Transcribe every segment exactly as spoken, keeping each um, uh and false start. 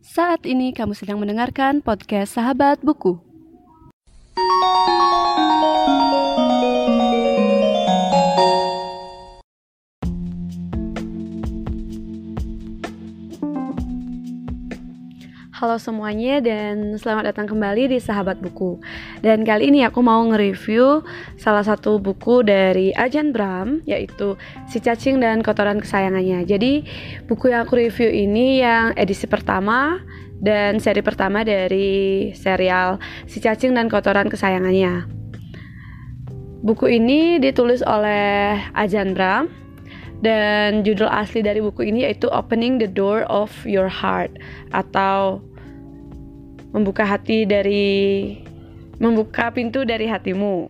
Saat ini kamu sedang mendengarkan podcast Sahabat Buku. Halo semuanya dan selamat datang kembali di Sahabat Buku. Dan kali ini aku mau nge-review salah satu buku dari Ajahn Brahm, yaitu Si Cacing dan Kotoran Kesayangannya. Jadi buku yang aku review ini yang edisi pertama dan seri pertama dari serial Si Cacing dan Kotoran Kesayangannya. Buku ini ditulis oleh Ajahn Brahm dan judul asli dari buku ini yaitu Opening the Door of Your Heart, atau membuka hati dari membuka pintu dari hatimu.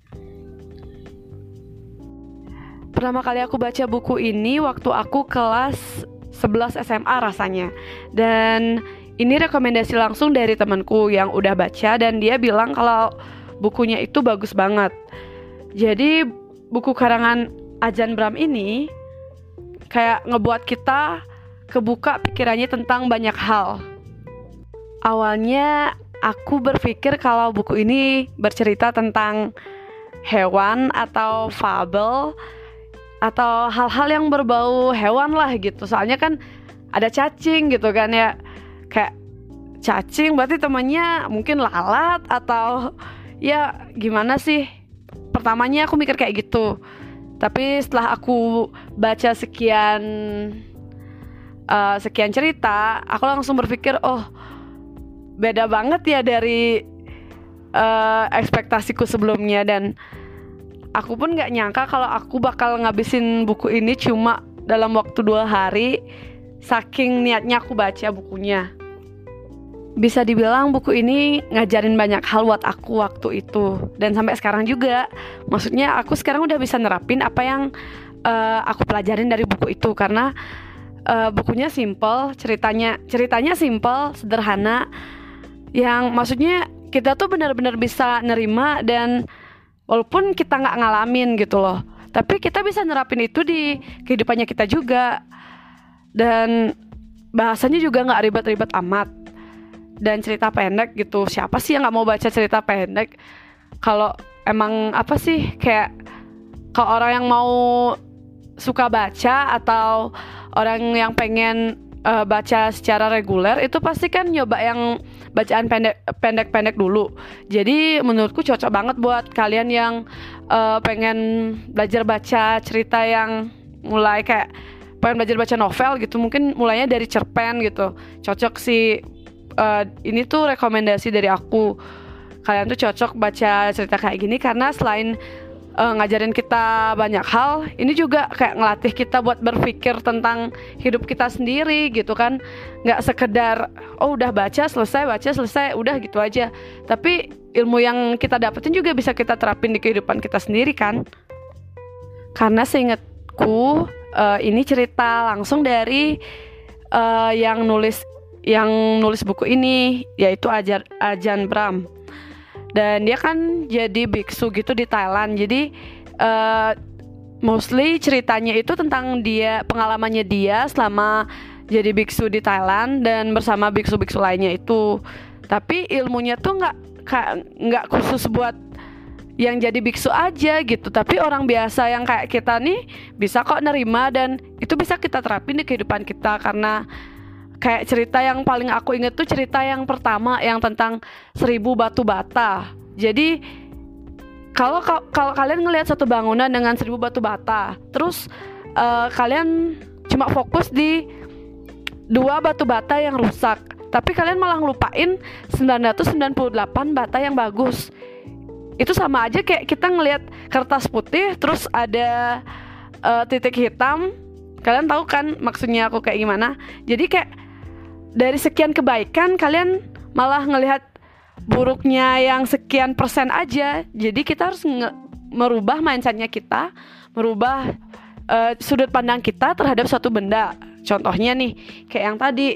Pertama kali aku baca buku ini waktu aku kelas sebelas S M A rasanya. Dan ini rekomendasi langsung dari temanku yang udah baca dan dia bilang kalau bukunya itu bagus banget. Jadi buku karangan Ajahn Brahm ini kayak ngebuat kita kebuka pikirannya tentang banyak hal. Awalnya aku berpikir kalau buku ini bercerita tentang hewan atau fabel atau hal-hal yang berbau hewan lah gitu. Soalnya kan ada cacing gitu kan ya. Kayak cacing berarti temannya mungkin lalat atau ya gimana sih. Pertamanya aku mikir kayak gitu. Tapi setelah aku baca sekian uh, sekian cerita, aku langsung berpikir, oh beda banget ya dari uh, ekspektasiku sebelumnya. Dan aku pun gak nyangka kalau aku bakal ngabisin buku ini cuma dalam waktu dua hari, saking niatnya aku baca bukunya. Bisa dibilang buku ini ngajarin banyak hal buat aku waktu itu dan sampai sekarang juga. Maksudnya aku sekarang udah bisa nerapin apa yang uh, aku pelajarin dari buku itu, karena uh, bukunya simple, ceritanya ceritanya simple, sederhana, yang maksudnya kita tuh benar-benar bisa nerima, dan walaupun kita nggak ngalamin gitu loh, tapi kita bisa nerapin itu di kehidupannya kita juga. Dan bahasanya juga nggak ribet-ribet amat. Dan cerita pendek gitu, siapa sih yang nggak mau baca cerita pendek? Kalau emang apa sih, kayak kalau orang yang mau suka baca atau orang yang pengen uh, baca secara reguler, itu pasti kan nyoba yang bacaan pendek pendek-pendek dulu. Jadi menurutku cocok banget buat kalian yang uh, pengen belajar baca cerita yang mulai kayak pengen belajar baca novel gitu, mungkin mulainya dari cerpen gitu. Cocok sih. Uh, ini tuh rekomendasi dari aku. Kalian tuh cocok baca cerita kayak gini karena selain uh, ngajarin kita banyak hal, ini juga kayak ngelatih kita buat berpikir tentang hidup kita sendiri gitu kan. Gak sekedar oh udah baca selesai, baca selesai, udah gitu aja. Tapi ilmu yang kita dapetin juga bisa kita terapin di kehidupan kita sendiri kan. Karena seingatku uh, ini cerita langsung dari uh, yang nulis yang nulis buku ini, yaitu Ajahn Brahm. Dan dia kan jadi biksu gitu di Thailand. Jadi uh, mostly ceritanya itu tentang dia, pengalamannya dia selama jadi biksu di Thailand dan bersama biksu-biksu lainnya itu. Tapi ilmunya tuh nggak nggak khusus buat yang jadi biksu aja gitu. Tapi orang biasa yang kayak kita nih bisa kok nerima, dan itu bisa kita terapin di kehidupan kita. Karena kayak cerita yang paling aku inget tuh cerita yang pertama yang tentang seribu batu bata. Jadi kalau kalau kalian ngelihat satu bangunan dengan seribu batu bata, terus uh, kalian cuma fokus di dua batu bata yang rusak, tapi kalian malah ngelupain sembilan ratus sembilan puluh delapan bata yang bagus. Itu sama aja kayak kita ngelihat kertas putih terus ada uh, titik hitam. Kalian tahu kan maksudnya aku kayak gimana? Jadi kayak dari sekian kebaikan kalian malah ngelihat buruknya yang sekian persen aja. Jadi kita harus nge- merubah mindsetnya kita, merubah uh, sudut pandang kita terhadap suatu benda. Contohnya nih kayak yang tadi,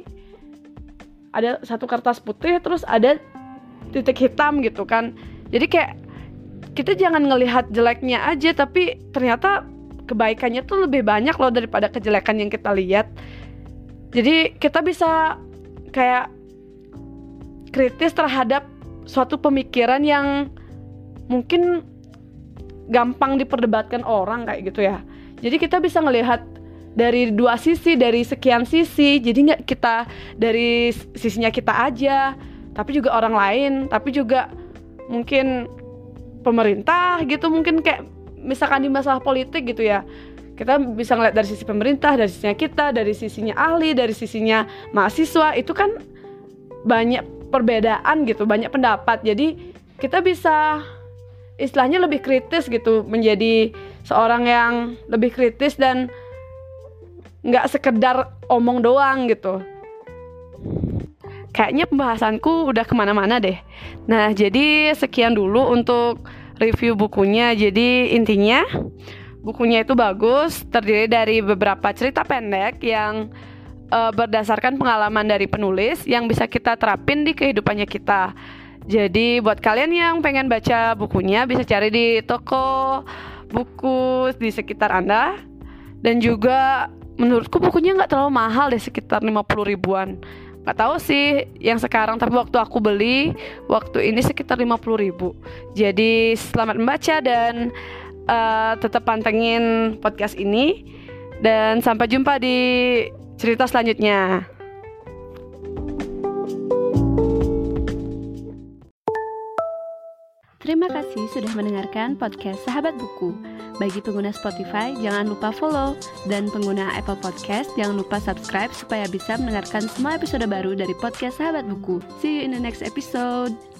ada satu kertas putih terus ada titik hitam gitu kan. Jadi kayak kita jangan ngelihat jeleknya aja, tapi ternyata kebaikannya tuh lebih banyak loh daripada kejelekan yang kita lihat. Jadi kita bisa kayak kritis terhadap suatu pemikiran yang mungkin gampang diperdebatkan orang kayak gitu ya. Jadi kita bisa ngelihat dari dua sisi, dari sekian sisi. Jadi nggak kita dari sisinya kita aja, tapi juga orang lain, tapi juga mungkin pemerintah gitu. Mungkin kayak misalkan di masalah politik gitu ya, kita bisa ngeliat dari sisi pemerintah, dari sisinya kita, dari sisinya ahli, dari sisinya mahasiswa. Itu kan banyak perbedaan gitu, banyak pendapat. Jadi kita bisa istilahnya lebih kritis gitu, menjadi seorang yang lebih kritis dan nggak sekedar omong doang gitu. Kayaknya pembahasanku udah kemana-mana deh. Nah, jadi sekian dulu untuk review bukunya. Jadi intinya bukunya itu bagus, terdiri dari beberapa cerita pendek yang uh, berdasarkan pengalaman dari penulis yang bisa kita terapin di kehidupannya kita. Jadi buat kalian yang pengen baca bukunya bisa cari di toko buku di sekitar Anda. Dan juga menurutku bukunya gak terlalu mahal deh, sekitar lima puluh ribuan. Gak tahu sih yang sekarang, tapi waktu aku beli waktu ini sekitar lima puluh ribu. Jadi selamat membaca dan uh, tetap pantengin podcast ini. Dan sampai jumpa di cerita selanjutnya. Terima kasih sudah mendengarkan podcast Sahabat Buku. Bagi pengguna Spotify, jangan lupa follow. Dan pengguna Apple Podcast, jangan lupa subscribe supaya bisa mendengarkan semua episode baru dari podcast Sahabat Buku. See you in the next episode.